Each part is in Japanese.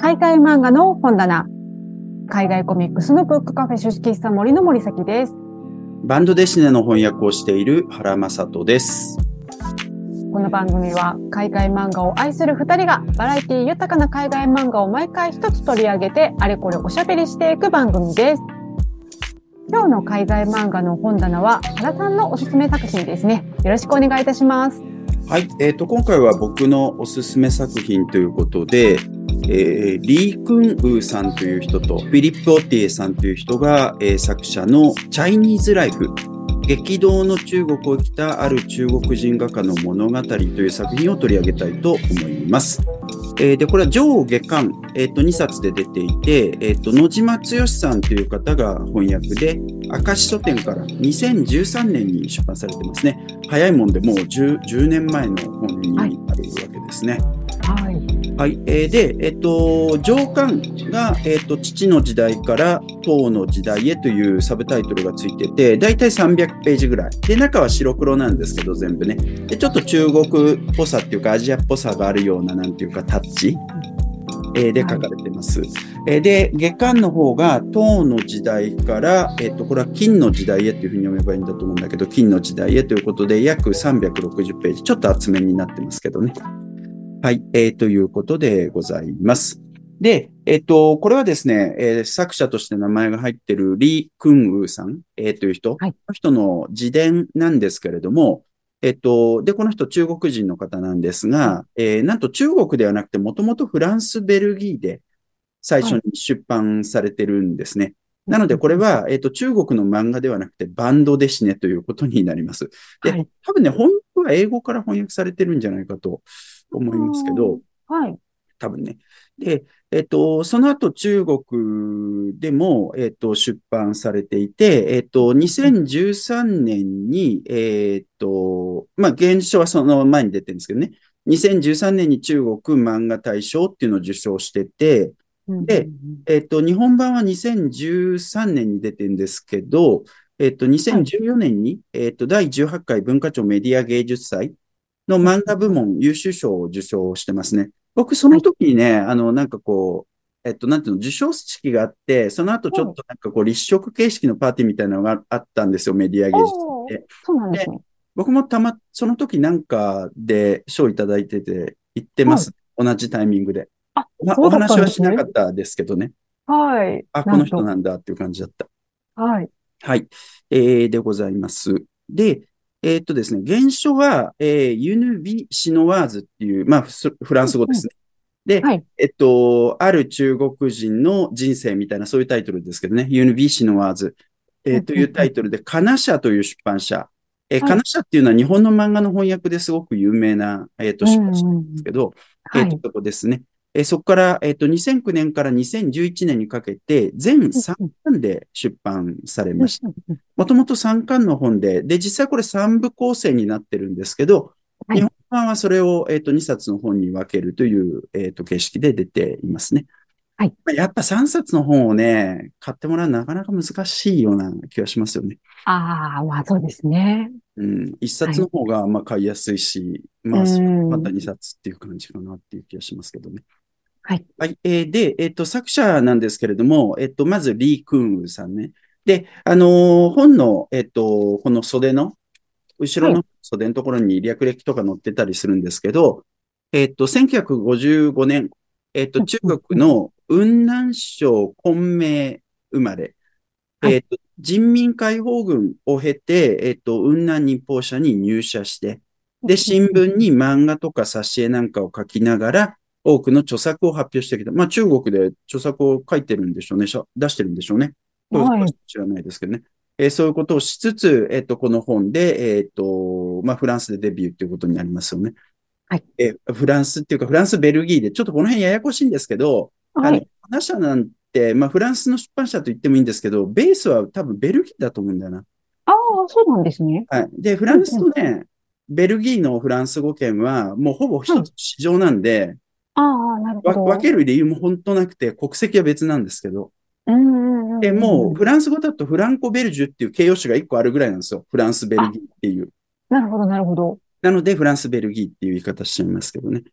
海外漫画の本棚、海外コミックスのブックカフェ出喫茶森の森崎です。 バンドデシネの翻訳をしている原正人です。 この番組は海外漫画を愛する2人がバラエティ豊かな海外漫画を毎回一つ取り上げてあれこれおしゃべりしていく番組です。今日の海外漫画の本棚は原さんのおすすめ作品ですね。よろしくお願いいたします。 はい、今回は僕のおすすめ作品ということで、リー・クンウーさんという人とフィリップ・オティエさんという人が、作者のチャイニーズ・ライフ、激動の中国を生きたある中国人画家の物語という作品を取り上げたいと思います。でこれは上下巻、2冊で出ていて、野島剛さんという方が翻訳で、明石書店から2013年に出版されてますね。早いもんでもう 10年前の本になるわけですね。 はい。 はい。で、上巻が、父の時代から唐の時代へというサブタイトルがついてて、だいたい300ページぐらい。で、中は白黒なんですけど、全部ね。で、ちょっと中国っぽさっていうか、アジアっぽさがあるような、なんていうか、タッチ、で書かれてます。で、下巻の方が唐の時代から、これは金の時代へというふうに読めばいいんだと思うんだけど、金の時代へということで、約360ページ。ちょっと厚めになってますけどね。はい、ということでございます。で、これはですね、作者として名前が入っているリー・クンウーさん、という人、 はい、 この人の自伝なんですけれども、で、この人中国人の方なんですが、なんと中国ではなくて、もともとフランス、ベルギーで最初に出版されてるんですね。なので、これは、中国の漫画ではなくて、バンドデシネということになります。で、多分ね、本当は英語から翻訳されてるんじゃないかと思いますけど、 はい。 多分ね。で、その後中国でも、出版されていて、2013年に、原書はその前に出てるんですけどね、2013年に中国漫画大賞っていうのを受賞してて、で、日本版は2013年に出てるんですけど、2014年に、第18回文化庁メディア芸術祭の漫画部門優秀賞を受賞してますね。僕、その時にね、なんかこう、なんていうの、授賞式があって、その後ちょっとなんかこう、立食形式のパーティーみたいなのがあったんですよ、メディア芸術で。 そうなんですで、 ね。 僕もその時なんかで賞いただいてて、行ってまはい。 す。同じタイミングで。 あ、そうだったお話はんですね。 しなかったですけどね。 はい。 あ、この人なんと。 なんだっていう感じだった。 はい。 はい。でございます。で、ですね、原書は、ユヌビ・シノワーズっていう、まあ、フランス語ですね。で、 はい。 ある中国人の人生みたいな、そういうタイトルですけどね、ユヌビ・シノワーズ、というタイトルで、カナ社という出版社。 はい。 カナ社っていうのは日本の漫画の翻訳ですごく有名な、出版社なんですけど、 はい。 そこですね。そこから、2009年から2011年にかけて、全3巻で出版されました。もともと3巻の本で、実際これ3部構成になってるんですけど、 はい。 日本版はそれを、2冊の本に分けるという、形式で出ていますね。 はい。 やっぱ3冊の本をね、買ってもらうのなかなか難しいような気がしますよね。 ああ、まあそうですね。 うん、1 はい。 冊の方がまあ買いやすいし、 うーまあ、またん。 2冊っていう感じかなっていう気がしますけどね。 はい。 はい。で、作者なんですけれども、まず、リー・クンウさんね。で、本の、この袖の、後ろはい。 の袖のところに略歴とか載ってたりするんですけど、1955年、中国の雲南省昆明生まれ、 はい。 人民解放軍を経て、雲南日報社に入社して、で、新聞に漫画とか挿絵なんかを書きながら、多くの著作を発表してきた。まあ、中国で著作を書いてるんでしょうね。出してるんでしょうね。これはい。 知らないですけどね。そういうことをしつつ、この本で、まあ、フランスでデビューということになりますよね。 はい。 フランスっていうか、フランス、ベルギーで、ちょっとこの辺ややこしいんですけど、 はい。 話者なんて、まあ、フランスの出版社と言ってもいいんですけど、ベースは多分ベルギーだと思うんだよな。 ああ、そうなんですね。 はい。で、フランスうんうん。 とね、ベルギーのフランス語圏は、もうほぼはい。 一つ市場なんで、 ああ、なるほ分ど。 ける理由も本当なくて、国籍は別なんですけど、 うんうんうんうんうん。 もうフランス語だとフランコ・ベルジュっていう形容詞が一個あるぐらいなんですよ。フランス・ベルあ、 ギーっていう。 なるほど、なるほど。 なので、フランス・ベルギーっていう言い方しちゃいますけどね。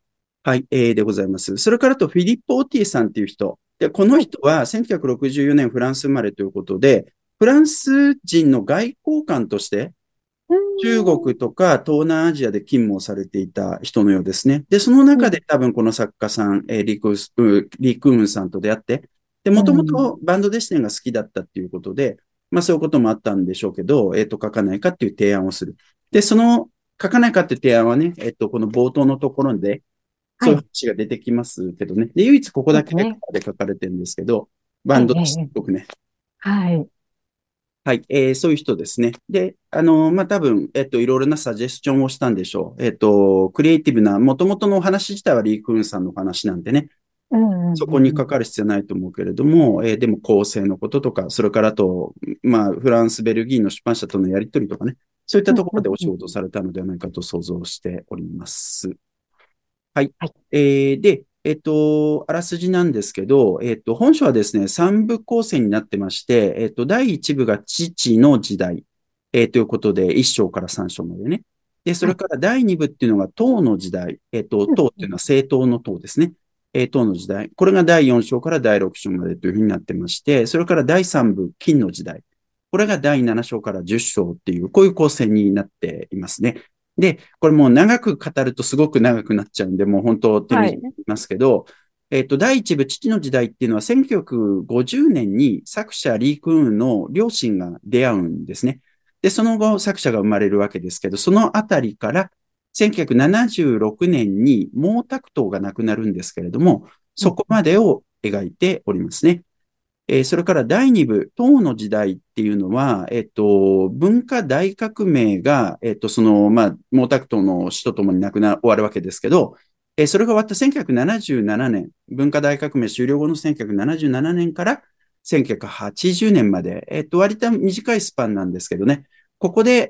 はい、でございます。それからとフィリップ・オーティさんっていう人。で、このはい。 人は1964年フランス生まれということで、フランス人の外交官として、 うー中ん。 国とか東南アジアで勤務をされていた人のようですね。で、その中でうん。 多分この作家さん、リクーンさんと出会って、で、もともうん。 とバンドデシネが好きだったっていうことで、まあそういうこともあったんでしょうけど、書かないかっていう提案をする。で、その書かないかっていう提案はね、この冒頭のところで、そういうはい。 話が出てきますけどね。で、唯一ここだけレタそうですね。 ーで書かれてるんですけど、バええ、 ンドですええ。 ごくね。 はい。 はい、そういう人ですね。で、まあ、多分、いろいろなサジェスチョンをしたんでしょう。クリエイティブな、もともとのお話自体はリー・クーンさんのお話なんでね、 うん、うん、 そこにうん。 かかる必要はないと思うけれども、でも構成のこととか、それからあと、まあ、フランス、ベルギーの出版社とのやり取りとかね、そういったうん、うん、 ところでお仕うん。 事をされたのではないかと想像しております。はい。 はい。 で、あらすじなんですけど、本書はですね、三部構成になってまして、第一部が父の時代、ということで、一章から三章までね。で、そはい。 れから第二部っていうのが唐の時代、 うん、 唐っていうのは政党の唐ですね。唐の時代。これが第四章から第六章までというふうになってまして、それから第三部、金の時代。これが第七章から十章っていう、こういう構成になっていますね。で、これもう長く語るとすごく長くなっちゃうんで、もう本当手短にはい。 言いますけど、第一部父の時代っていうのは1950年に作者リー・クーンの両親が出会うんですね。で、その後作者が生まれるわけですけど、そのあたりから1976年に毛沢東が亡くなるんですけれども、 うん、 そこまでを描いておりますね。それから第二部、唐の時代っていうのは、文化大革命が、まあ、毛沢東の死とともに終わるわけですけど、それが終わった1977年、文化大革命終了後の1977年から1980年まで、割と短いスパンなんですけどね、ここで、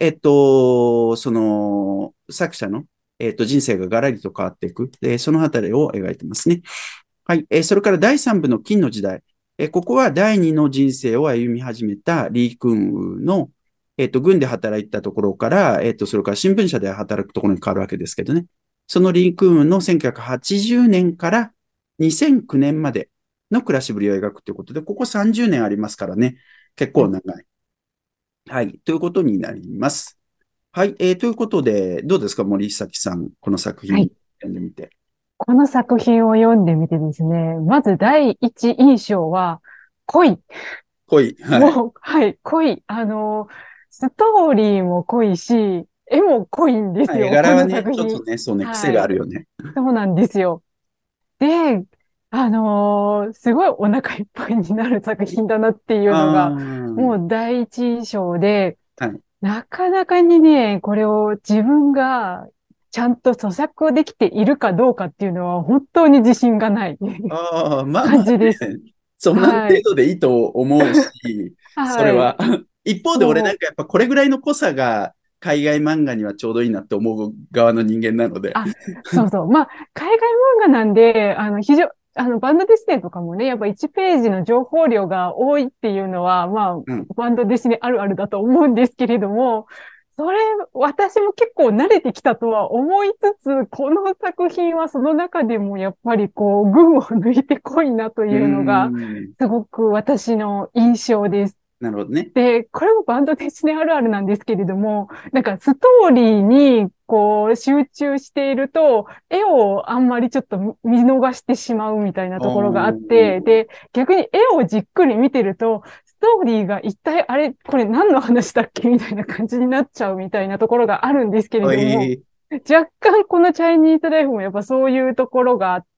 作者の、人生がガラリと変わっていく、そのあたりを描いてますね。はい。それから第3部の金の時代。ここは第二の人生を歩み始めたリー・クンの、軍で働いたところから、それから新聞社で働くところに変わるわけですけどね。そのリー・クンの1980年から2009年までの暮らしぶりを描くということで、ここ30年ありますからね。結はい。 構長い。はい。ということになります。はい。ということで、どうですか、森崎さん。この作品はい。 読んでみて。 この作品を読んでみてですね、まず第一印象は、濃い。 濃い。はい。 もう、はい、濃い。ストーリーも濃いし、絵も濃いんではい、絵すよ、この柄はね、 作品。 ちょっとね、そうね、癖はい。 があるよね。 そうなんですよ。で、すごいお腹いっぱいになる作品だなっていうのあが、もあ、 う第一印象で、 はい。 なかなかにね、これを自分がちゃんと咀嚼できているかどうかっていうのは本当に自信がないああ、まあま感あじです。 ね、そんな程はい。 度でいいと思うし、それはい。 は。一方で俺なんそう。 かやっぱこれぐらいの濃さが海外漫画にはちょうどいいなって思う側の人間なので。 あ、そうそう。まあ、海外漫画なんで、バンドデシネとかもね、やっぱ1ページの情報量が多いっていうのは、まうん。 あ、バンドデシネあるあるだと思うんですけれども、それ、私も結構慣れてきたとは思いつつ、この作品はその中でもやっぱりこう、群を抜いて濃いなとうーいうのが、 ん。 すごく私の印象です。 なるほどね。 で、これもバンドですねあるあるなんですけれども、なんかストーリーにこう集中していると、絵をあんまりちょっと見逃してしまうみたいなあところがあっーて、で、逆に絵をじっくり見てると、ストーリーが一体あれ、これ何の話だっけみたいな感じになっちゃうみたいなところがあるんですけれども、若干このチャイニーズライフもやっぱそういうところがあって、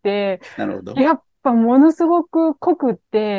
なるほど。 やっぱものすごく濃くって、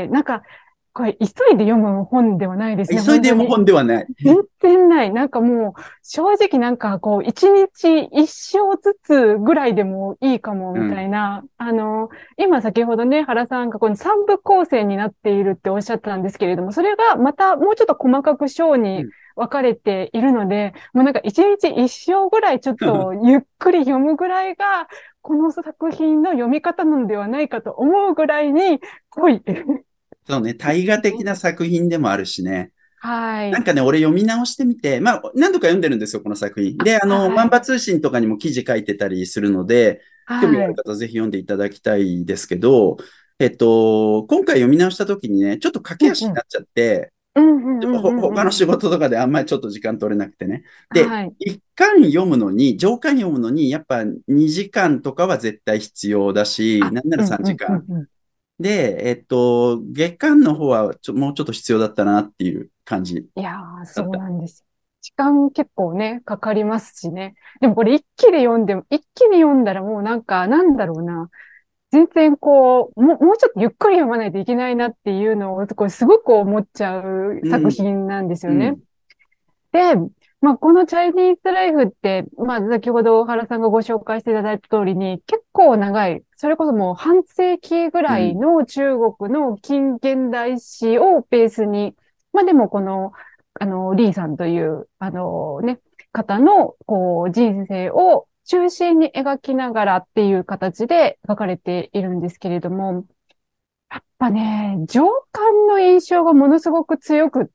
なんかこれ、急いで読む本ではないですね、 急いで読む本当に。 本ではない。 全然ない。なんかもう、正直なんかこう、一日一章ずつぐらいでもいいかも、みたうん。 いな。今先ほどね、原さんがこの三部構成になっているっておっしゃったんですけれども、それがまたもうちょっと細かく章にうん。 分かれているので、もうなんか一日一章ぐらいちょっとゆっくり読むぐらいが、この作品の読み方なのではないかと思うぐらいに濃い。 そうね、大河的な作品でもあるしね。 はい。 なんかね、俺読み直してみて、まあ、何度か読んでるんですよ、この作品。 あ、 で、万はい。 場通信とかにも記事書いてたりするので、 興味があはい。 る方はぜひ読んでいただきたいですけど、今回読み直したときにね、ちょっと駆けうんうん。 足になっちゃって、 うんうんうんうんうん。 他の仕事とかであんまりちょっと時間取れなくてね。で、 はい。 一巻読むのに、上巻読むのに、やっぱ2時間とかは絶対必要だし、 あ、 なんなら3 うんうん時間。 うんうん。 で、月間の方はもうちょっと必要だったなっていう感じいやー、そうだった。 なんですよ。時間結構ね、かかりますしね。でもこれ一気で読んでも、一気に読んだらもうなんか、なんだろうな。全然こう、もうちょっとゆっくり読まないといけないなっていうのを、これすごく思っちゃう作うん、 品なんですよね。 うん、 で、まあ、このチャイニーズライフって、まあ、先ほど原さんがご紹介していただいた通りに、結構長い、それこそもう半世紀ぐらいうん、 の中国の近現代史をベースに、まあでもこの、リーさんという、ね、方の、こう、人生を中心に描きながらっていう形で書かれているんですけれども、やっぱね、情感の印象がものすごく強くって、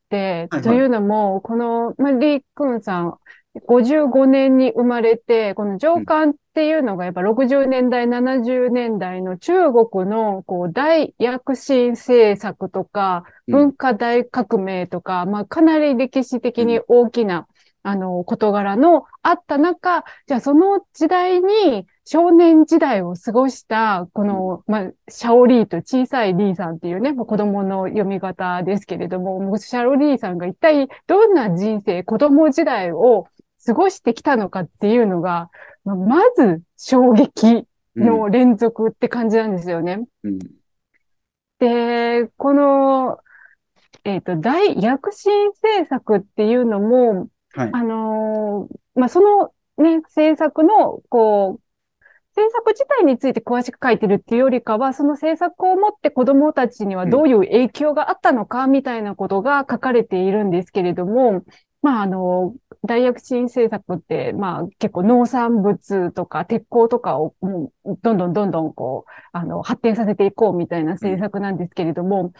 はいはい。 というのも、この、まあ、リー・クンさん、55年に生まれて、この情うん、 感っていうのがやっぱ60年代、70年代の中国のこう大躍進政策とか、 うん、 文化大革命とか、まあかなり歴史的にうん、 大きな、事柄のあった中、じゃあその時代に少年時代を過ごした、こうん、 の、まあ、シャオリーと小さいリーさんっていうね、まあ、子供の読み方ですけれども、もうシャオリーさんが一体どんな人生、子供時代を過ごしてきたのかっていうのが、まず衝撃うん、 の連続って感じなんですよね。 うん。 で、この、大躍進政策っていうのも、 はい。 まあ、そのね、政策の、こう、政策自体について詳しく書いてるっていうよりかは、その政策をもって子供たちにはうん、 どういう影響があったのかみたいなことが書かれているんですけれども、まあ、大躍進政策って、まあ、結構農産物とか鉄鋼とかをもうどんどんどんどんこう、発展させていこうみたいなうん。 政策なんですけれども、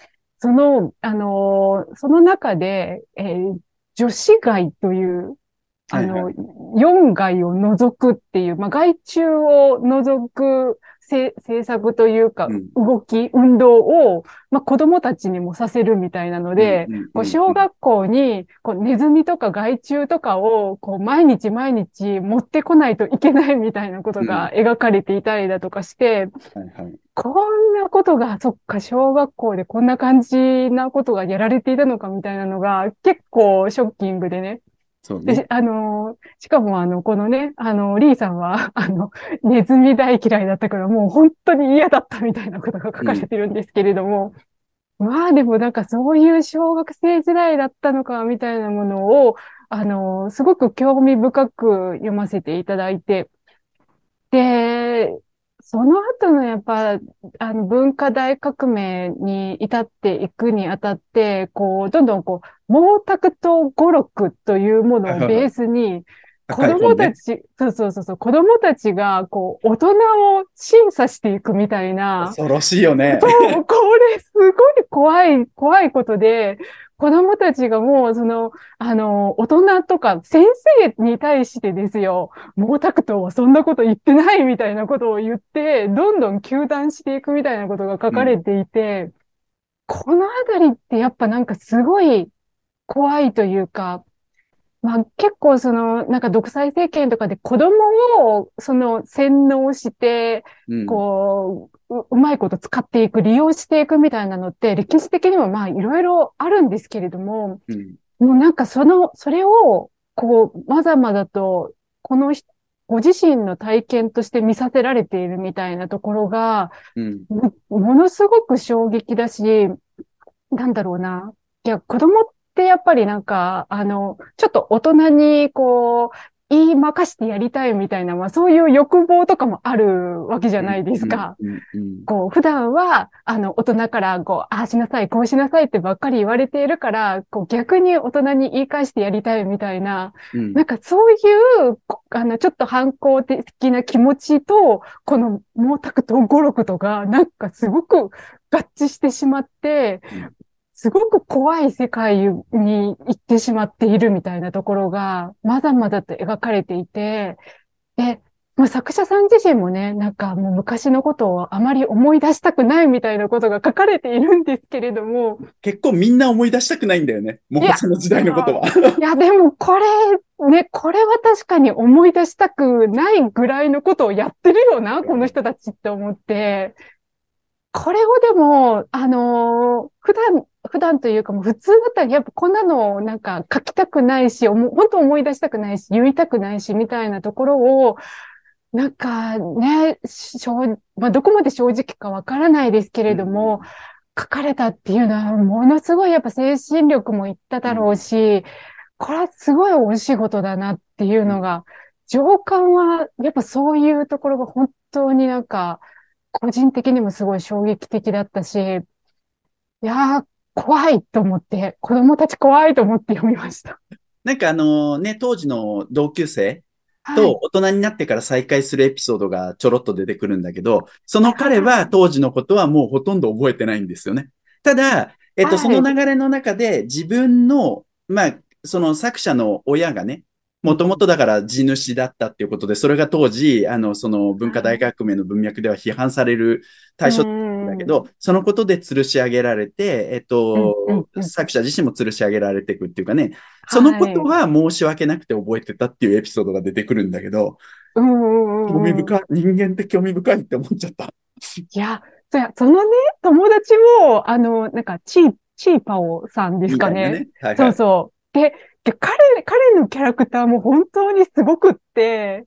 その中で、女子街というはいはい。 4害を除くっていう、まあ、害虫を除く政策というか、 うん、 運動を、まあ、子供たちにもさせるみたいなのうん、 で、 うん、うん、う小ん。 学校にこうネズミとか害虫とかをこう毎日毎日持ってこないといけないみたいなことがうん。 描かれていたりだとかして、 はいはい。 こんなことが、そっか、小学校でこんな感じなことがやられていたのかみたいなのが結構ショッキングでね。で、 そうね。 しかもこのね、リーさんは、ネズミ大嫌いだったから、もう本当に嫌だったみたいなことが書かれうん、 てるんですけれども、まあでもなんかそういう小学生時代だったのか、みたいなものを、すごく興味深く読ませていただいて、で、その後のやっぱ、文化大革命に至っていくにあたって、こう、どんどんこう、毛沢東語録というものをベーはいはいはい。 スに、子高い本ね。 供たち、そうそうそうそう、子供たちが、こう、大人を審査していくみたいな、 恐ろしいよね。 そう、これすごい怖いことで、子供たちがもう、大人とか先生に対してですよ、毛沢東はそんなこと言ってないみたいなことを言って、どんどん糾弾していくみたいなことが書うん。 かれていて、このあたりってやっぱなんかすごい怖いというか、まあ結構なんか独裁政権とかで子供を洗脳して、 うん。 こう、うまいこと使っていく、利用していくみたいなのって歴史的にもまあいろいろあるんですけれども、 うん。 もうなんかそれを、こう、まざまざと、この人、ご自身の体験として見させられているみたいなところが、 うん。 ものすごく衝撃だし、なんだろうな。いや、子供ってやっぱりなんか、ちょっと大人にこう、言いまかしてやりたいみたいな、まあそういう欲望とかもあるわけじゃうん。 ないでうん。 すか。 うん。うん。 こう、普段は、大人から、こう、ああしなさい、こうしなさいってばっかり言われているから、こう、逆に大人に言い返してやりたいみたいな、 うん。 なんかそういう、ちょっと反抗的な気持ちと、この毛沢東語録とが、なんかすごく合致してしまって、 うん。 すごく怖い世界に行ってしまっているみたいなところが、まだまだと描かれていて、で、 まあ、作者さん自身もね、なんかもう昔のことをあまり思い出したくないみたいなことが書かれているんですけれども、 結構みんな思い出したくないんだよね。 いや、 もうその時代のことは。 でもこれ、ね、これは確かに思い出したくないぐらいのことをやってるよな、この人たちって思って、これをでも、普段というかもう普通だったらやっぱこんなのなんか書きたくないし、本当思い出したくないし、言いたくないし、みたいなところを、なんかね、まあ、どこまで正直かわからないですけうれども、 ん書かれたっていうのは、ものすごいやっぱ精神力もいっただろううんし、これはすごいお仕事だなっていううんのが、上官はやっぱそういうところが本当になんか、個人的にもすごい衝撃的だったし、いやー、怖いと思って、子供たち怖いと思って読みました。 なんかね、当時の同級生はい。 と大人になってから再会するエピソードがちょろっと出てくるんだけど、そはいの彼はいはい。 は当時のことはもうほとんど覚えてないんですよね。ただ、そはい。 の流れの中で自分の、まあ、その作者の親がね、もともとだから地主だったっていうことで、それが当時、その文化大はい。 革命の文脈では批判されるう対象だけん。 ど、そのことで吊るし上げられて、 うん、うん、うん。 作者自身も吊るし上げられていくっていうかね、そのことはい。 は申し訳なくて覚えてたっていうエピソードが出てくるんだけど、 うん、うん、うん。うん。 興味深い、人間って興味深いって思っちゃった。 いや、そのね、友達も、なんか、チーパオさんですかね。 みたいなね。はいはい。 そうそう。で、彼のキャラクターも本当にすごくって、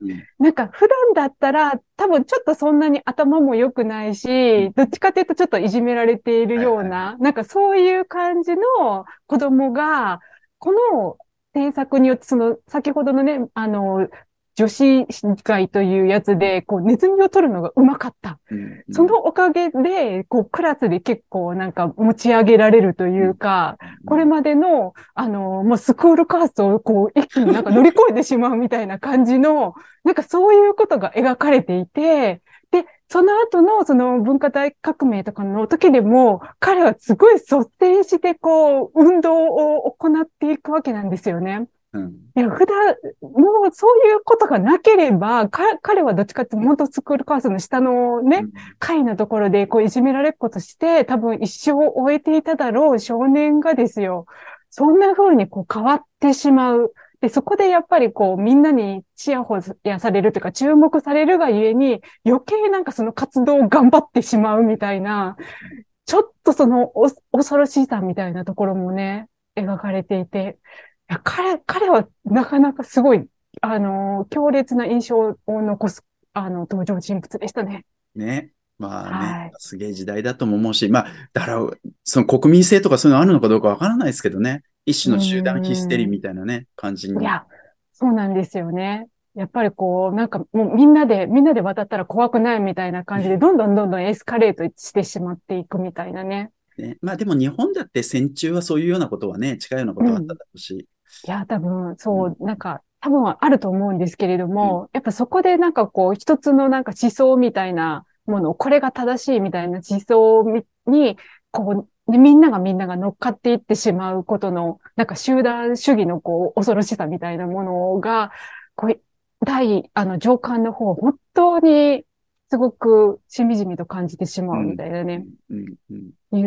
うん。 なんか普段だったら多分ちょっとそんなに頭も良くないうん。 し、どっちかというとちょっといじめられているはいはいはい。 ような、なんかそういう感じの子供が、この制作によって、先ほどのね、女子会というやつで、こう、ネズミを取るのがうまかった。 うんうん。 そのおかげで、こう、クラスで結構なんか持ち上げられるというんうか、 うん。 これまでの、もうスクールカーストをこう、一気になんか乗り越えてしまうみたいな感じの、なんかそういうことが描かれていて、で、その後のその文化大革命とかの時でも、彼はすごい率先してこう、運動を行っていくわけなんですよね。 うん。 いや、普段、もうそういうことがなければ、彼はどっちかっていうと、本当スクールカーストの下のね、 うん。 階のところで、こう、いじめられっことして、多分一生を終えていただろう少年がですよ、そんな風にこう変わってしまう。で、そこでやっぱりこう、みんなにチヤホヤされるというか、注目されるがゆえに、余計なんかその活動を頑張ってしまうみたいな、ちょっとその恐ろしさみたいなところもね、描かれていて、いや、彼はなかなかすごい、強烈な印象を残す、登場人物でしたね。 ね。まあね、 はい。 すげえ時代だとも思うし、まあ、だから、その国民性とかそういうのあるのかどうかわからないですけどね。一うー種の集団ヒステリーん。 みたいなね、感じに。 いや、そうなんですよね。やっぱりこう、なんかもうみんなで渡ったら怖くないみたいな感じで、どんどんエスカレートしてしまっていくみたいなね。 ね。まあでも日本だって戦中はそういうようなことはね、近いようなこうん。 とはあっただろうし。 いや、多分、 うん。 そう、なんか、多分あると思うんですけれどうん。 も、やっぱそこでなんかこう、一つのなんか思想みたいなものを、これが正しいみたいな思想に、こう、ねみんなが乗っかっていってしまうことの、なんか集団主義のこう、恐ろしさみたいなものが、こう、上官の方、本当にすごくしみじみと感じてしまうみうん。 たいなね、 うん。うん。うん。 いう、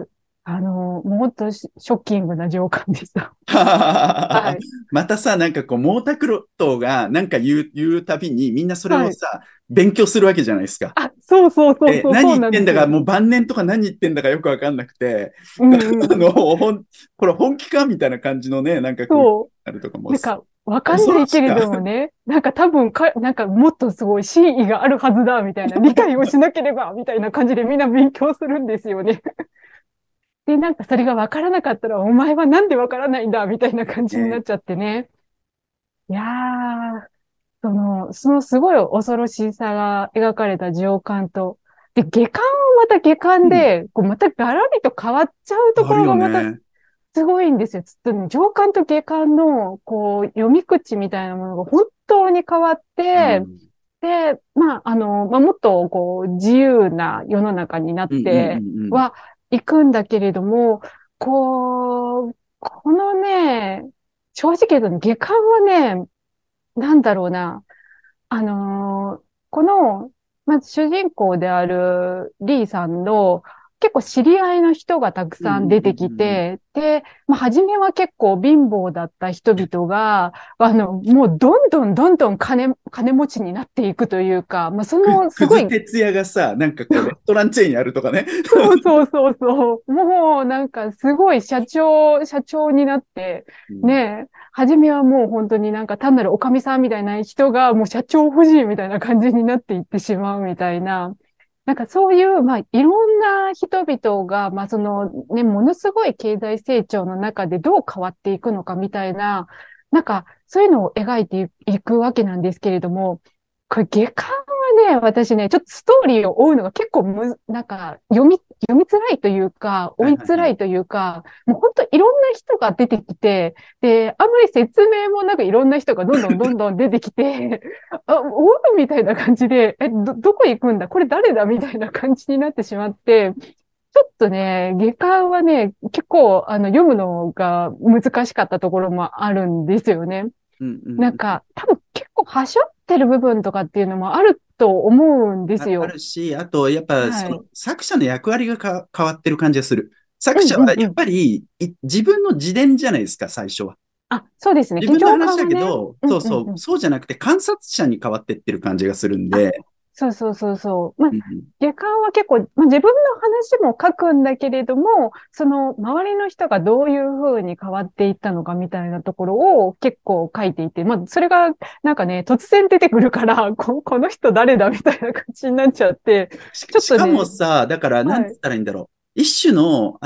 もう本当ショッキングな上官でした。はい。 またさ、なんかこう、毛沢東がなんか言うたびに、みんなそれはい。 をさ、勉強するわけじゃないですか。 あ、そうそうそうそう、 何そう言ってんだか、 なんですよ。 もう晩年とか何言ってんだかよくわかんなくて、 うんうんうん。 これ本気かみたいな感じのね、なんか空気にそなるとかも、 う。なんか、わかん恐ないけれろしか。 どもね、なんか多分なんかもっとすごい真意があるはずだ、みたいな、理解をしなければ、みたいな感じでみんな勉強するんですよね。で、なんかそれがわからなかったら、お前はなんでわからないんだ、みたいな感じになね。 っちゃってね。いやー、そのすごい恐ろしさが描かれた上巻と、で、下巻はまた下巻うん。 で、こうまたガラリと変わっちゃうとこあるよろがまたね。 すごいんですよ。つってね上巻と下巻の、こう、読み口みたいなものが本当に変わって、 うん。 で、もっと、こう、自由な世の中になっうんうんてうんうん。 はいくんだけれども、このね、正直言うとね、下巻はね、なんだろうな。 この、まず主人公であるリーさんの結構知り合いの人がたくうんうんさん出てきうんうんうん。 て、で、まあ、初めは結構貧乏だった人々が、もうどんどんどんどん金持ちになっていくというか、まあ、その、すくずごい、 哲也がさ、なんかこう、レストランチェーンやるとかね。 そうそうそうそう。もうなんかすごい社長になって、 うん。 ねえ、初めはもう本当になんか単なるおかみさんみたいな人がもう社長夫人みたいな感じになっていってしまうみたいな。なんかそういう、まあいろんな人々が、まあそのね、ものすごい経済成長の中でどう変わっていくのかみたいな、なんかそういうのを描いていくわけなんですけれども、これ下巻はね、私ね、ちょっとストーリーを追うのが結構なんか読みづらいというか、追いはいはいはい。 づらいというか、もう本当いろんな人が出てきて、で、あんまり説明もなくいろんな人がどんどんどんどん出てきて、おみたいな感じで、どこ行くんだこれ誰だみたいな感じになってしまって、ちょっとね、下巻はね、結構、読むのが難しかったところもあるんですよね。 うんうんうん。 なんか、多分結構端折ってる部分とかっていうのもあると思うんですあよ。 るし、あと、やっぱ、その、 はい。 作者の役割が変わってる感じがする。作うん者は、やっうんうん。 ぱり、自分の自伝じゃないですか、最初は。 あ、そうですね。 自劇分の話だ場版はね。 けど、 うんそうそう、 うんうん。 そうじゃなくて、観察者に変わってってる感じがするんあ、 で、 そうそうそうそう。まあ、 うん、 下巻は結構、まあ、自分の話も書くんだけれども、その周りの人がどういうふうに変わっていったのかみたいなところを結構書いていて、まあ、それがなんかね、突然出てくるから、この人誰だみたいな感じになっちゃって、ちょっしかもとね、 さ、だから、なんはい。 つったらいいんだろう。一種の、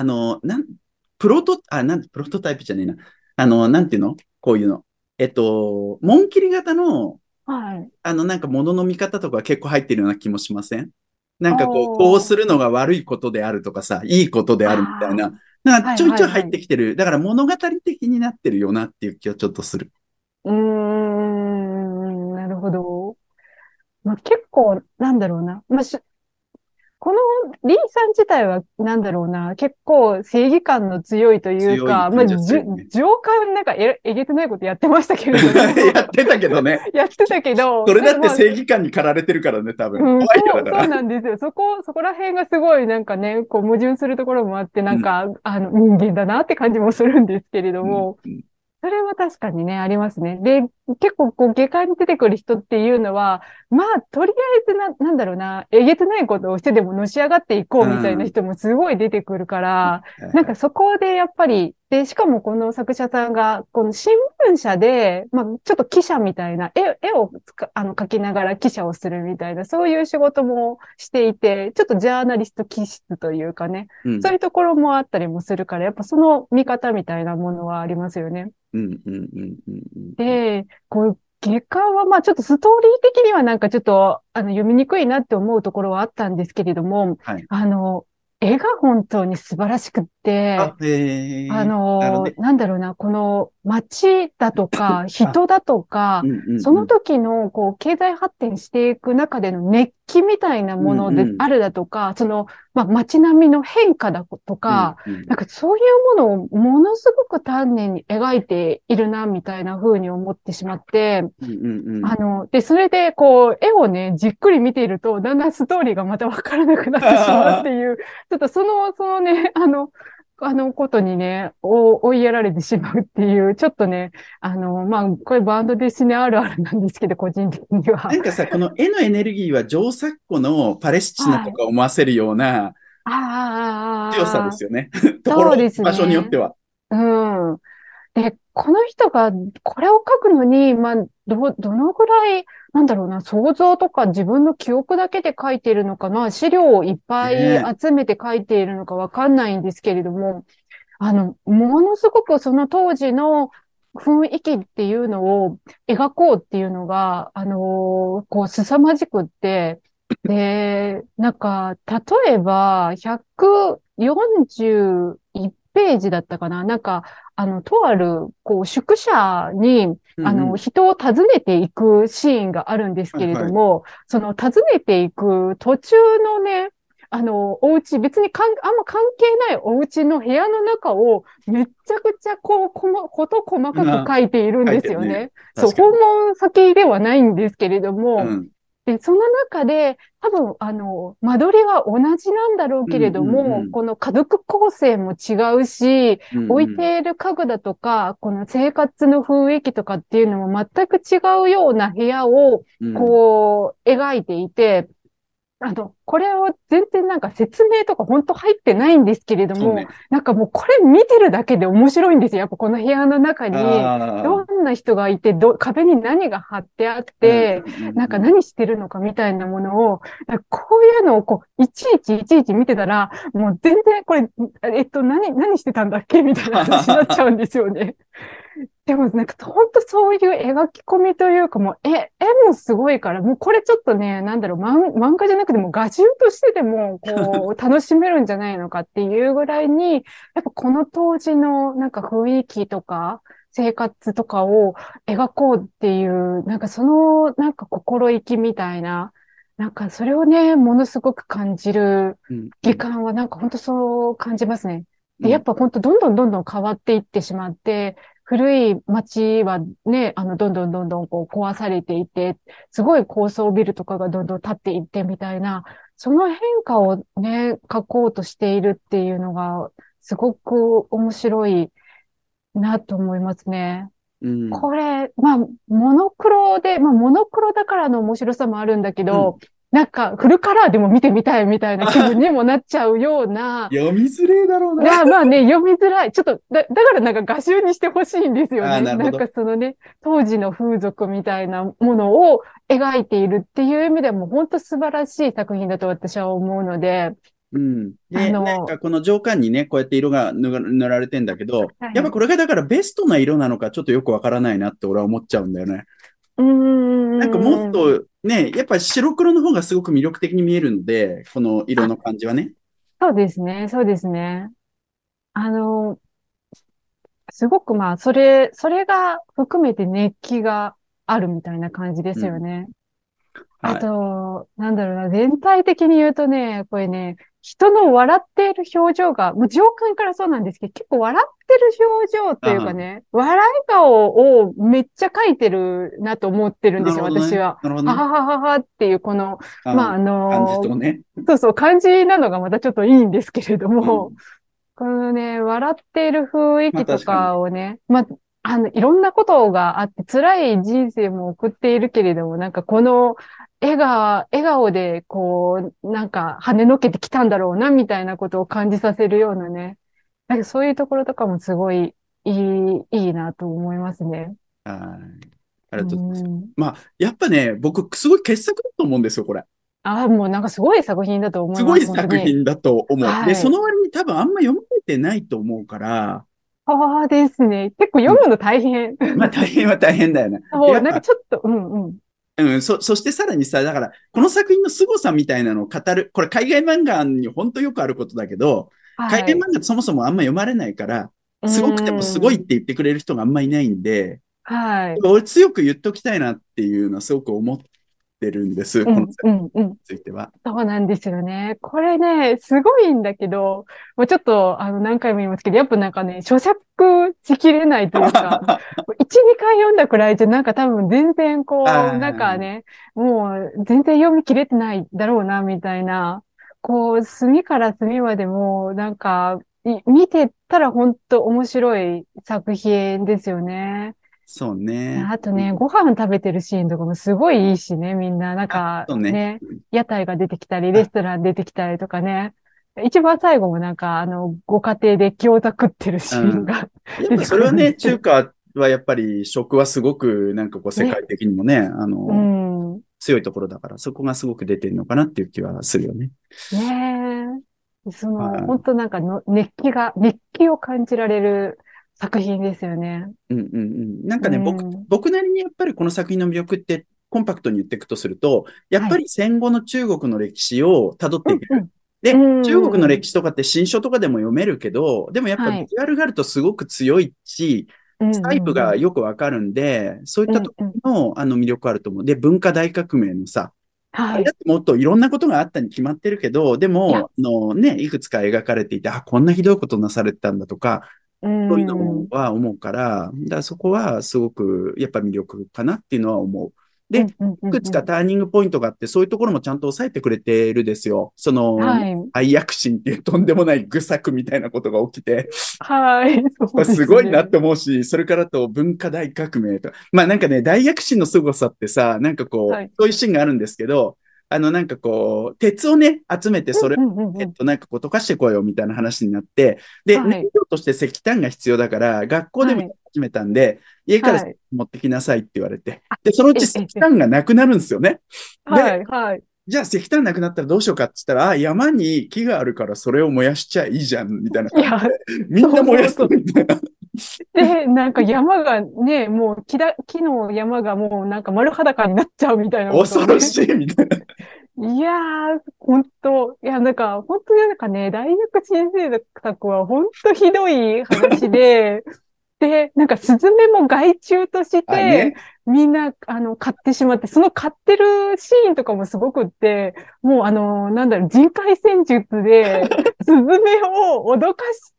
プロトタイプじゃねえな。なんていうのこういうの。紋切り型の、 はい。 なんか物の見方とか結構入ってるような気もしません？なおんかこう、こうするー。 のが悪いことであるとかさ、いいことであるみたいあな。なんあ、はいかちょいちょい入っはいはい。 てきてる。だから物語的になってるよなっていう気はちょっとする。 うーん、なるほど。まあ、結構、なんだろうな。まあ、このリーさん自体は、なんだろうな。結構正義感の強いというか、まあ、 強い感じはするよね。 上官なんかえげつないことやってましたけれども、 やってたけどね。 やってたけど、 それだってなんかまあ、 正義感に駆られてるからね、多分。 うん、 怖いよ、だそうから。 なんですよ。そこら辺がすごいなんかね、こう矛盾するところもあって、 うん。 なんか、人間だなって感じもするんですけれどうん。 も、 うん。 それは確かにね、ありますね。で、結構こう、下界に出てくる人っていうのは、まあ、とりあえずなんだろうな、えげつないことをしてでものし上がっていこううみたいなん。 人もすごい出てくるから、なんかはいはい。 そこでやっぱり、で、しかもこの作者さんが、この新聞社で、まあ、ちょっと記者みたいな、絵を描きながら記者をするみたいな、そういう仕事もしていて、ちょっとジャーナリスト気質というかね、 うん。 そういうところもあったりもするから、やっぱその見方みたいなものはありますよね。 うん。うん。うん。うん。うん。 で、こう、外観はまあちょっとストーリー的にはなんかちょっと読みにくいなって思うところはあったんですけれども、 はい。 あの、絵が本当に素晴らしくって、 あ、へえ。なるほどね。 なんだろうな、この街だとかあ、 人だとか、 うん。うん。 そのうん。 時のこう経済発展していく中での熱気みたいなうん。 ものうん。 であるだとか、その、まあ、街並みの変化だとうん。 か、 うん。 なんかそういうものをものすごく丹念に描いているな、みたいな風に思ってしまって、 うん。うん。 で、それで、こう、絵をね、じっくり見ていると、だんだんストーリーがまたわからなくなってしまうっていう、ちょっとそのね、ことにね、追いやられてしまうっていう、ちょっとね、まあ、これバンドですね、あるあるなんですけど、個人的には。 なんかさ、この絵のエネルギーは上作庫のパレスチナとはい。 か思わせるような強さでああ、 すよね。ところ、 そうです場所によっね。 ては。 うん。で、この人がこれを書くのに、まあ、どのぐらい、なんだろうな、想像とか自分の記憶だけで書いているのかな、資料をいっぱいね集めて書いているのかわかんないんですけれども、ものすごくその当時の雰囲気っていうのを描こうっていうのが、こう、凄まじくって、で、なんか、例えば、141ページだったかななんか、とある、こう、宿舎に、 え。うんうん。 人を訪ねていくシーンがあるんですけれどはいはい。 も、その訪ねていく途中のね、 お家、別にあんま関係ないお家の部屋の中をめっちゃくちゃこと細かくあ、 描いているんで書いてるね。 すよね。そう、訪確かに。 問先ではないんですけれども、 うん。 で、その中で、多分、間取りは同じなんだろうけれうんども、 うんうん。 この家族構成も違うし、 うん置いうん。 ている家具だとか、この生活の雰囲気とかっていうのも全く違うような部屋を、 うん。 こう、描いていて、これを全然なんか説明とか本当入ってないんですけれども、 そうね。 なんかもうこれ見てるだけで面白いんですよ。やっぱこの部屋の中に、 ああ。 どんな人がいて、壁に何が貼ってあっうんうんて、なんかうんうん。 何してるのかみたいなものを、なんかこういうのをいちいち見てたら、もう全然これ、何してたんだっけみたいな話になっちゃうんですよね。でもなんか本当そういう描き込みというかもう、絵もすごいから、もうこれちょっとね、なんだろう、漫画じゃなくても画集としてでも、こう、楽しめるんじゃないのかっていうぐらいに、やっぱこの当時のなんか雰囲気とか、生活とかを描こうっていう、なんかその、なんか心意気みたいな、なんかそれをね、ものすごく感じる時うんうん間はなんか本当そう感じますね。で、やっうん。 ぱ本当どんどん変わっていってしまって、古い街はね、どんどんこう壊されていて、すごい高層ビルとかがどんどん建っていってみたいな、その変化をね、描こうとしているっていうのが、すごく面白いなと思いますね。 うん。 これ、まあ、モノクロで、まあ、モノクロだからの面白さもあるんだけうん。 ど、なんか、フルカラーでも見てみたいみたいな気分にもなっちゃうような、 読みづれえだろうな。 まあね、読みづらい。ちょっと、だからなんか画集にしてほしいんですよああ、 ね。なんなるほど。 かそのね、当時の風俗みたいなものを描いているっていう意味でも本当素晴らしい作品だと私は思うので、 うん。で、なんあの、 かこの上巻にね、こうやって色が塗られてんだけど、 はい。 やっぱこれがだからベストな色なのかちょっとよくわからないなって俺は思っちゃうんだよね。 うーなんかもっん。 とね、やっぱ白黒の方がすごく魅力的に見えるので、この色あ、 の感じはね。 そうですね、そうですね。あの、すごくまあ、それが含めて熱気があるみたいな感じでうん。 すよね。あはい。 と、なんだろうな、全体的に言うとね、これね、人の笑っている表情が、もう上官からそうなんですけど、結構笑ってる表情というかあね、笑い顔をめっちゃ描いてるなと思ってるあ、 んですよ、 なるほどね。 私は。 なるほどね。 はははははっていう、この、まあ、 ああ、感じとね。 そうそう、感じなのがまたちょっといいんですけれども、 うん。 このね、笑っている雰囲まあ気と確かに。 かをね、まあ、いろんなことがあって辛い人生も送っているけれども、なんかこの笑顔でこう、なんか跳ねのけてきたんだろうな、みたいなことを感じさせるようなね。なんかそういうところとかもすごいいいなと思いますね。 はい。ありうがとうございます。 ん。 まあ、やっぱね、僕、すごい傑作だと思うんですよ、これ。 ああ、もうなんかすごい作品だと思います、本当すごい作に。 品だと思う。で、 はい。 その割に多分あんま読まれてないと思うから、 ああですね。結構うん。 読むの大変。 まあ大変は大変だよね。で、 そう、なんかやっぱ、 ちょっと、うんうん。 うん、そしてさらにさ、だから、この作品の凄さみたいなのを語る、これ海外漫画に本当よくあることだけど、海外はい。 漫画ってそもそもあんま読まれないから、 うーすごくてもすごいってん。 言ってくれる人があんまいないんで、 はい。 俺強く言っときたいなっていうのはすごく思ってるんです、 うん、 この作品にうん、うん。 ついては。 そうなんですよね。これね、すごいんだけど、もうちょっと、何回も言いますけど、やっぱなんかね、咀嚼しきれないというか、1、2回読んだくらいじゃ、なんか多分全然こう、なんかあね、もう全然読み切れてないだろうな、みたいな、こう、隅から隅までも、なんか、見てたら本当面白い作品ですよね。 そうね。 あとね、 うん、 ご飯食べてるシーンとかもすごいいいしね、みんな。なんあ、 かそうね。 ね、屋台が出てきたり、レあ、 ストラン出てきたりとかね。一番最後もなんか、ご家庭で餃子食ってるうシーンん。 がやっぱ出てくるそれはね、 んですけど。 中華はやっぱり食はすごくなんかこう世ね。 界的にもね、 うん。 強いところだから、そこがすごく出てるのかなっていう気はするよね。 ねえ。本はい。 当なんかの、熱気を感じられる作品ですよね。 うんうんうん。なんうかね、 ん。 僕なりにやっぱりこの作品の魅力ってコンパクトに言っていくとすると、やっはい。 ぱり戦後の中国の歴史を辿っうん、 ていける。 うで、中国ん。うん。 の歴史とかって新書とかでも読めるけど、でもやっぱビはい。 ジュアルがあるとすごく強いし、 うん、 細部うん、うん。 がよくわかるんで、そういっうん、 たとこうん。 ろの魅力あると思う。で、文化大革命のさ、 はい。 あれだってもっといろんなことがあったに決まってるけど、でいや、 も、いくつか描かれていて、あ、こんなひどいことなされてたんだとか、 うそういうのん。 は思うから、だからそこはすごくやっぱ魅力かなっていうのは思う。で、 うん、うん、うん、 いくつうん。 かターニングポイントがあって、そういうところもちゃんと抑えてくれてるですよ。 はい。 愛躍進っていうとんでもない愚策みたいなことが起きて、 はい。そうですすね。 ごいなって思うし、それからと文化大革命とか、まあなんかね、大躍進の凄さってさ、なんかこう、 はい。 そういうシーンがあるんですけど、なんかこう、鉄をね、集めてそれを、 うん、うん、うん、うん。 なんかこう溶かしてこいよみたいな話になって、で、燃はい。 料として石炭が必要だから、学校でもはい。 始めたんで、家からはい。 持ってきなさいって言われて、 あ、 で、そのうち石え。 炭がなくなるんですよね。で、 はい。はい。 じゃあ石炭なくなったらどうしようかって言ったら、あ、山に木があるからそれを燃やしちゃいいじゃん、みたいな感じいや、 で、みんなそう燃やすそうそう。 みたいな。 で、なんか山がね、もう木の山がもうなんか丸裸になっちゃうみたいなことをね。 恐ろしいみたいな。 いやー、本当いや、なんか、本当になんかね、大学先生作は本当ひどい話で、で、なんかスズメも害虫としあ、 て、 ね。 みんな、買ってしまって、その買ってるシーンとかもすごくって、もうなんだろう、人海戦術で、スズメを脅かして、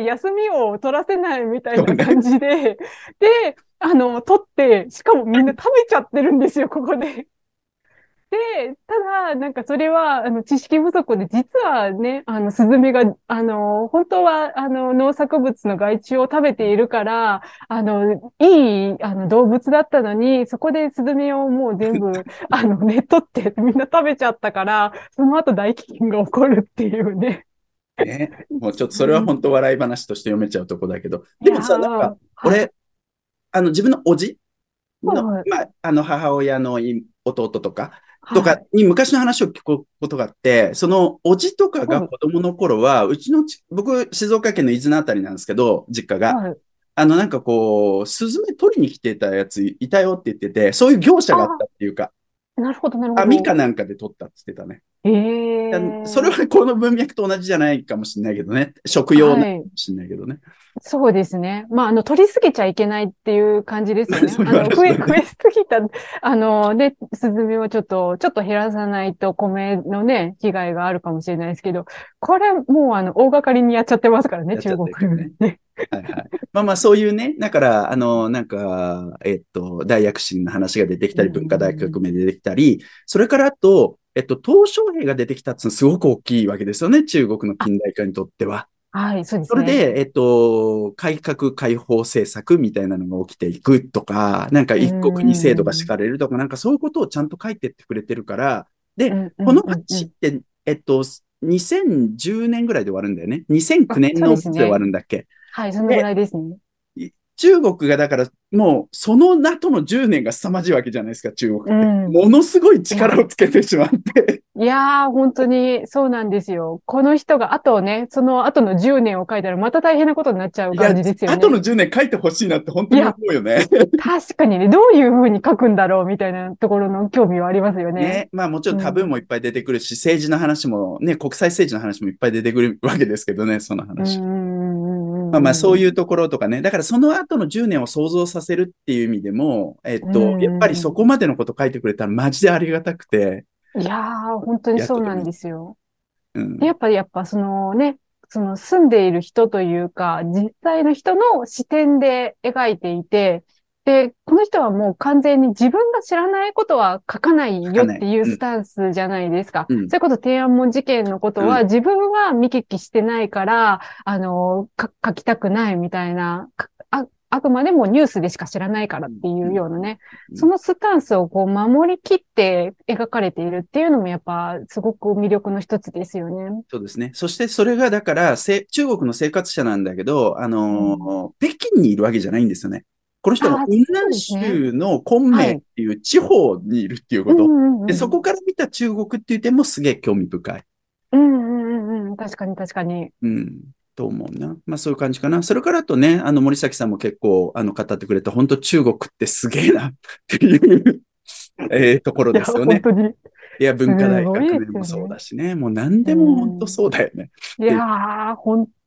休みを取らせないみたいそうね。 な感じで、で、取って、しかもみんな食べちゃってるんですよ、ここで。で、ただ、なんかそれは、知識不足で、実はね、スズメが、本当は、農作物の害虫を食べているから、いい、動物だったのに、そこでスズメをもう全部、ね、取ってみんな食べちゃったから、その後大飢饉が起こるっていうね。 ね。もうちょっとそれはうん、 本当笑い話として読めちゃうとこだけど。 いやでもさ、なんか、 ー、はい。 俺、自分のおじの、 はい。 まあ、母親の弟とかはい。 に昔の話を聞くことがあって、そのおじとかがはい。 子供の頃は、僕、静岡県の伊豆のあたりなんですけど、実家が。 はい。 なんかこう、スズメ取りに来てたやついたよって言ってて、そういう業者があったあっていうか、 あ、なるほど、なるほ網かど。 なんかで取ったって言ってたね。 えそれえはこの文脈と同じじゃないかもしれないけどね。食用なのかはい。 もしれないけどね。 そうですね。まあ、取りすぎちゃいけないっていう感じですよね。 そういう話だね。 増えすぎた、で、スズメをちょっと減らさないと米のね、被害があるかもしれないですけど、これもう大掛かりにやっちゃってますからね、 やっちゃっ中国てるからね。 ね。 はいはい。まあまあ、そういうね、だから、なんか、大躍進の話が出てきうたり、文化大革ん。 命出てきたり、それからあと、鄧小平が出てきたっていうのはすごく大きいわけですよね、中国のあ、 近代化にとっては。 はい、そうですね。 それで、改革開放政策みたいなのが起きていくとか、なんかう一国二制度が敷ん。 かれるとか、なんかそういうことをちゃんと書いてってくれてるから、で、 うん、うこのん、うん、うん。 話って、2010年ぐらいで終わるんだよね。2009 あ、そう年の末で終わですね。 るんだっけ。 はい、そのぐで、 らいですね。 中国がだからもうその後の10年が凄まじいわけじゃないですか、中国って。 うん。 ものすごいいや、 力をつけてしまって。 いやー、本当にそうなんですよ。この人が、あとね、その後の10年を書いたらまた大変なことになっちゃういや、 感じですよね。 後の10年書いてほしいなって本当に思いや、 うよね。 確かにね、どういうふうに書くんだろうみたいなところの興味はありますよね。 ね、まあもちろんタブーうん。 もいっぱい出てくるし、政治の話もね、国際政治の話もいっぱい出てくるわけですけどね、そのうん、 話。まあまあうん、うん、 そういうところとかね、だからその後の10年を想像させるっていう意味でも、 うやっぱりん。うん。 そこまでのこと書いてくれたらマジでありがたくて、 いやー、本当にそうなんやっとでもいい。 ですよ。で、 うん。 やっぱそのね、その住んでいる人というか、実際の人の視点で描いていて、で、この人はもう完全に自分が知らないことは書かない書かない。 よっていううん。 スタンスじゃないですか。 うん。 それこそ天安門事件のことうん。 は自分は見聞きしてないから、書きたくないみたいな、あくまでもニュースでしか知らないからっていううん。 ようなね、 うん。 そのスタンスをこう守りきって描かれているっていうのもやっぱすごく魅力の一つですよね。 そうですね。そしてそれがだから、中国の生活者なんだけど、 うん。 北京にいるわけじゃないんですよね。この人がああ、 雲南そうですね。 州の昆明っはい。 ていう地方にいるっていううんこと。で、 うんうん。 そこから見た中国っていう点もすげえ興味深い。 うんうんうんうん。確かに確かに。 うん。と思うな。まあそういう感じかな。それからあとね、森崎さんも結構、語ってくれた、本当中国ってすげえなっていうところいや、 ですよね。 本当に、 いや、 す文化大ごいで革命もそうすよね。 だしね。もう何うでも本当ん。 そうだよね。 いやで、 ー、本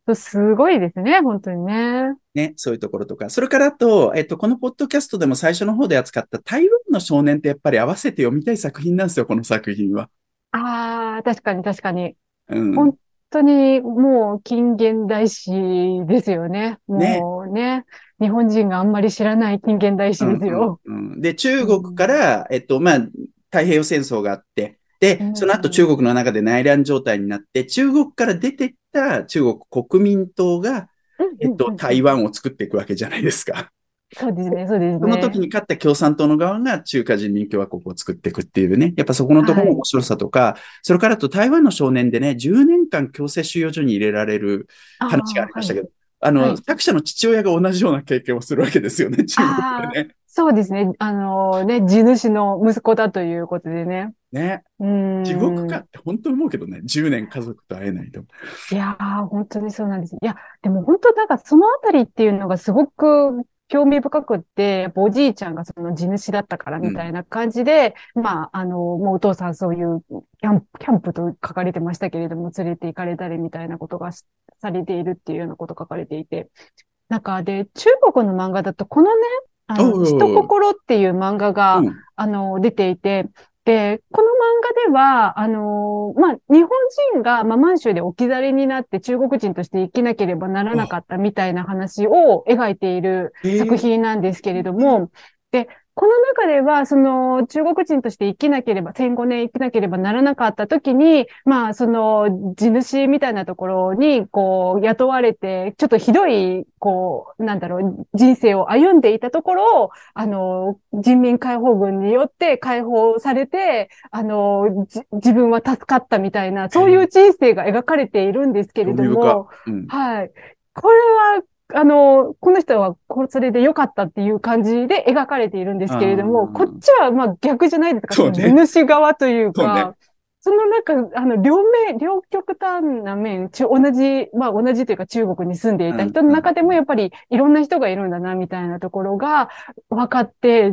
すごいですね、本当にね。 ね、そういうところとか。それからあと、このポッドキャストでも最初の方で扱った台湾の少年ってやっぱり合わせて読みたい作品なんですよ、この作品は。 ああ、確かに確かに。 うん。 本当にもう近現代史ですよね。 ね。 もうね、日本人があんまり知らない近現代史うんうんですよ。 うん。で、中国かうん。 ら、太平洋戦争があって、で、そうん。 の後中国の中で内乱状態になって、中国から出てきた中国国民党が、 うん。うん。うん。うん。 台湾を作っていくわけじゃないですか。 そうですね、そうですその時ね。 に勝った共産党の側が中華人民共和国を作っていくっていうね、やっぱそこのところはい。 の面白さとか、それからあと台湾の少年でね、10年間強制収容所に入れられるあ話がああ、はい。 りましたけど、 はい。 作者の父親が同じような経験をするわけですよね、中国ああ、 でね。 そうですね。地主の息子だということでね。 ね。 うー地獄かん。 って本当に思うけどね、10年家族と会えないと。 いやー、本当にそうなんです。いや、でも本当なんかそのあたりっていうのがすごく興味深くって、やっぱおじいちゃんがその地主だったからうん。 みたいな感じで、もうお父さんそういうキャンプと書かれてましたけれども、連れて行かれたりみたいなことがされているっていうようなこと書かれていて。なんかで、中国の漫画だと、このね、 お人うおう心っていう漫画が、 うん。 出ていて、で、この漫画では、日本人が、満州で置き去りになって中国人として生きなければならなあ、 かったみたいな話を描いている作えー、 品なんですけれども、で、この中では、その、中国人として生きなければ、戦後ね、生きなければならなかった時に、その、地主みたいなところに、こう、雇われて、ちょっとひどい、こう、なんだろう、人生を歩んでいたところを、人民解放軍によって解放されて、自分は助かったみたいな、そういうえー、 人生が描かれているんですけれ興味深。 ども、 うん。 はい。これは、この人はそれで良かったっていう感じで描かれているんですけれども、こっああ、 ちはまあ逆じゃないですか、その地そうね。 主側というそうね。 か、そのなんか、両極端な面、同じというか中国に住んでいうん、 た人のうん。 中でもやっぱりいろんな人がいるんだな、みたいなところが分かって、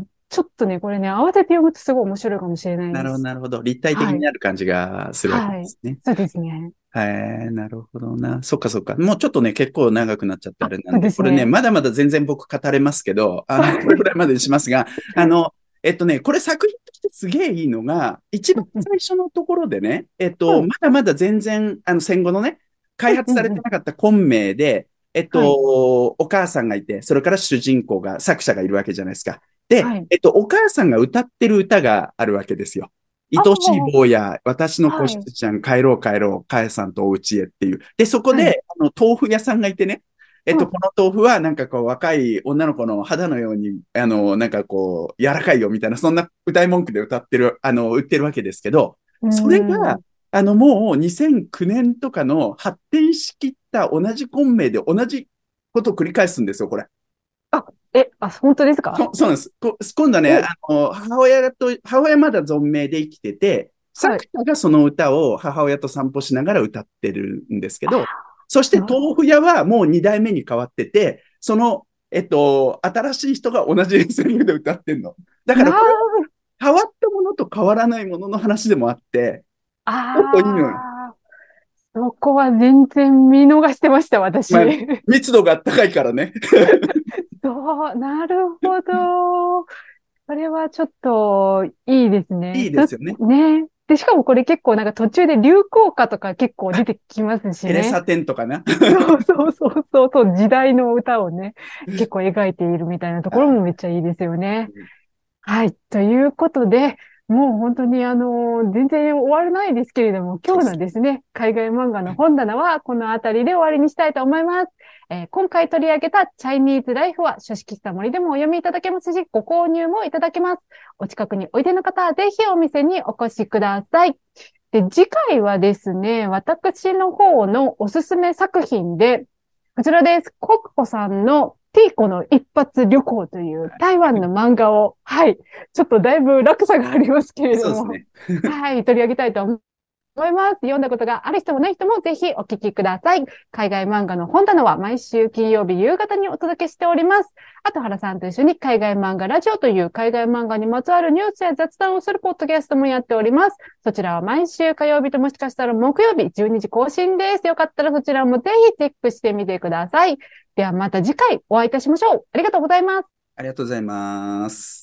ちょっとね、これね、合わせて読むとすごい面白いかもしれないなるほど、 です。 なるほど。立体的はい。 になる感じがするわけではい。 すね。 そうですね。 はい、なるほどな。そっかそっか。もうちょっとね、結構長くなっちゃってあれなそうんで、これね、 ですね。 まだまだ全然僕語れますけど、これぐらいまでにしますが、これ作品としてすげえいいのが、一番うんうん。 最初のところでね、 はい。 まだまだ全然、戦後のね、開発されうんうんうん。 てなかった昆明で、 はい。 お母さんがいて、それから主人公が、作者がいるわけじゃないですか。で、 はい。 お母さんが歌ってる歌があるわけですよ。愛あしいあ、 坊や、私の子はい。 羊ちゃん、帰ろう帰ろう、母さんとお家へっていう。で、そこはい。 で、豆腐屋さんがいてね、 うん。 この豆腐はなんかこう若い女の子の肌のように、なんかこう、柔らかいよみたいな、そんな歌い文句で歌ってる、売ってるわけですけど、 うーそれが、 ん。 もう2009年とかの発展しきった同じ昆明で同じことを繰り返すんですよ、これ。 あ、本当ですか？ そうなんです。今度はね、 お、 母親まだ存命で生きてて、 はい。 作者がその歌を母親と散歩しながら歌ってるんですけど、 あ、 そしてなるほど。 豆腐屋はもう二代目に変わってて、新しい人が同じセリフで歌ってんの。だからこれは変わったものと変わらないものの話でもあって、結構いいのよ。 ああ、そこは全然見逃してました、私。 まあ、密度が高いからね。 そう、なるほど。それはちょっといいですね。 いいですよね。 ね。で、しかもこれ結構なんか途中で流行歌とか結構出てきますしね。 テレサテンとかな。 そうそうそうそうそう、時代の歌をね、結構描いているみたいなところもめっちゃいいですよね。はい。ということで、もう本当に全然終わらないですけれども、今日のですね、海外漫画の本棚はこの辺りで終わりにしたいと思います。今回取り上げたチャイニーズライフは書式した森でもお読みいただけますし、ご購入もいただけます。お近くにおいでの方はぜひお店にお越しください。で、次回はですね、私の方のおすすめ作品で、こちらです。コッコさんのティーコの一発旅行という台湾の漫画を、はい、ちょっとだいぶ落差がありますけれども、 そうですね。 はい、取り上げたいと思います。 思います。読んだことがある人もない人もぜひお聞きください。海外漫画の本棚は毎週金曜日夕方にお届けしております。あと、原さんと一緒に海外漫画ラジオという海外漫画にまつわるニュースや雑談をするポッドキャストもやっております。そちらは毎週火曜日ともしかしたら木曜日12時更新です。よかったらそちらもぜひチェックしてみてください。ではまた次回お会いいたしましょう。ありがとうございます。 ありがとうございます。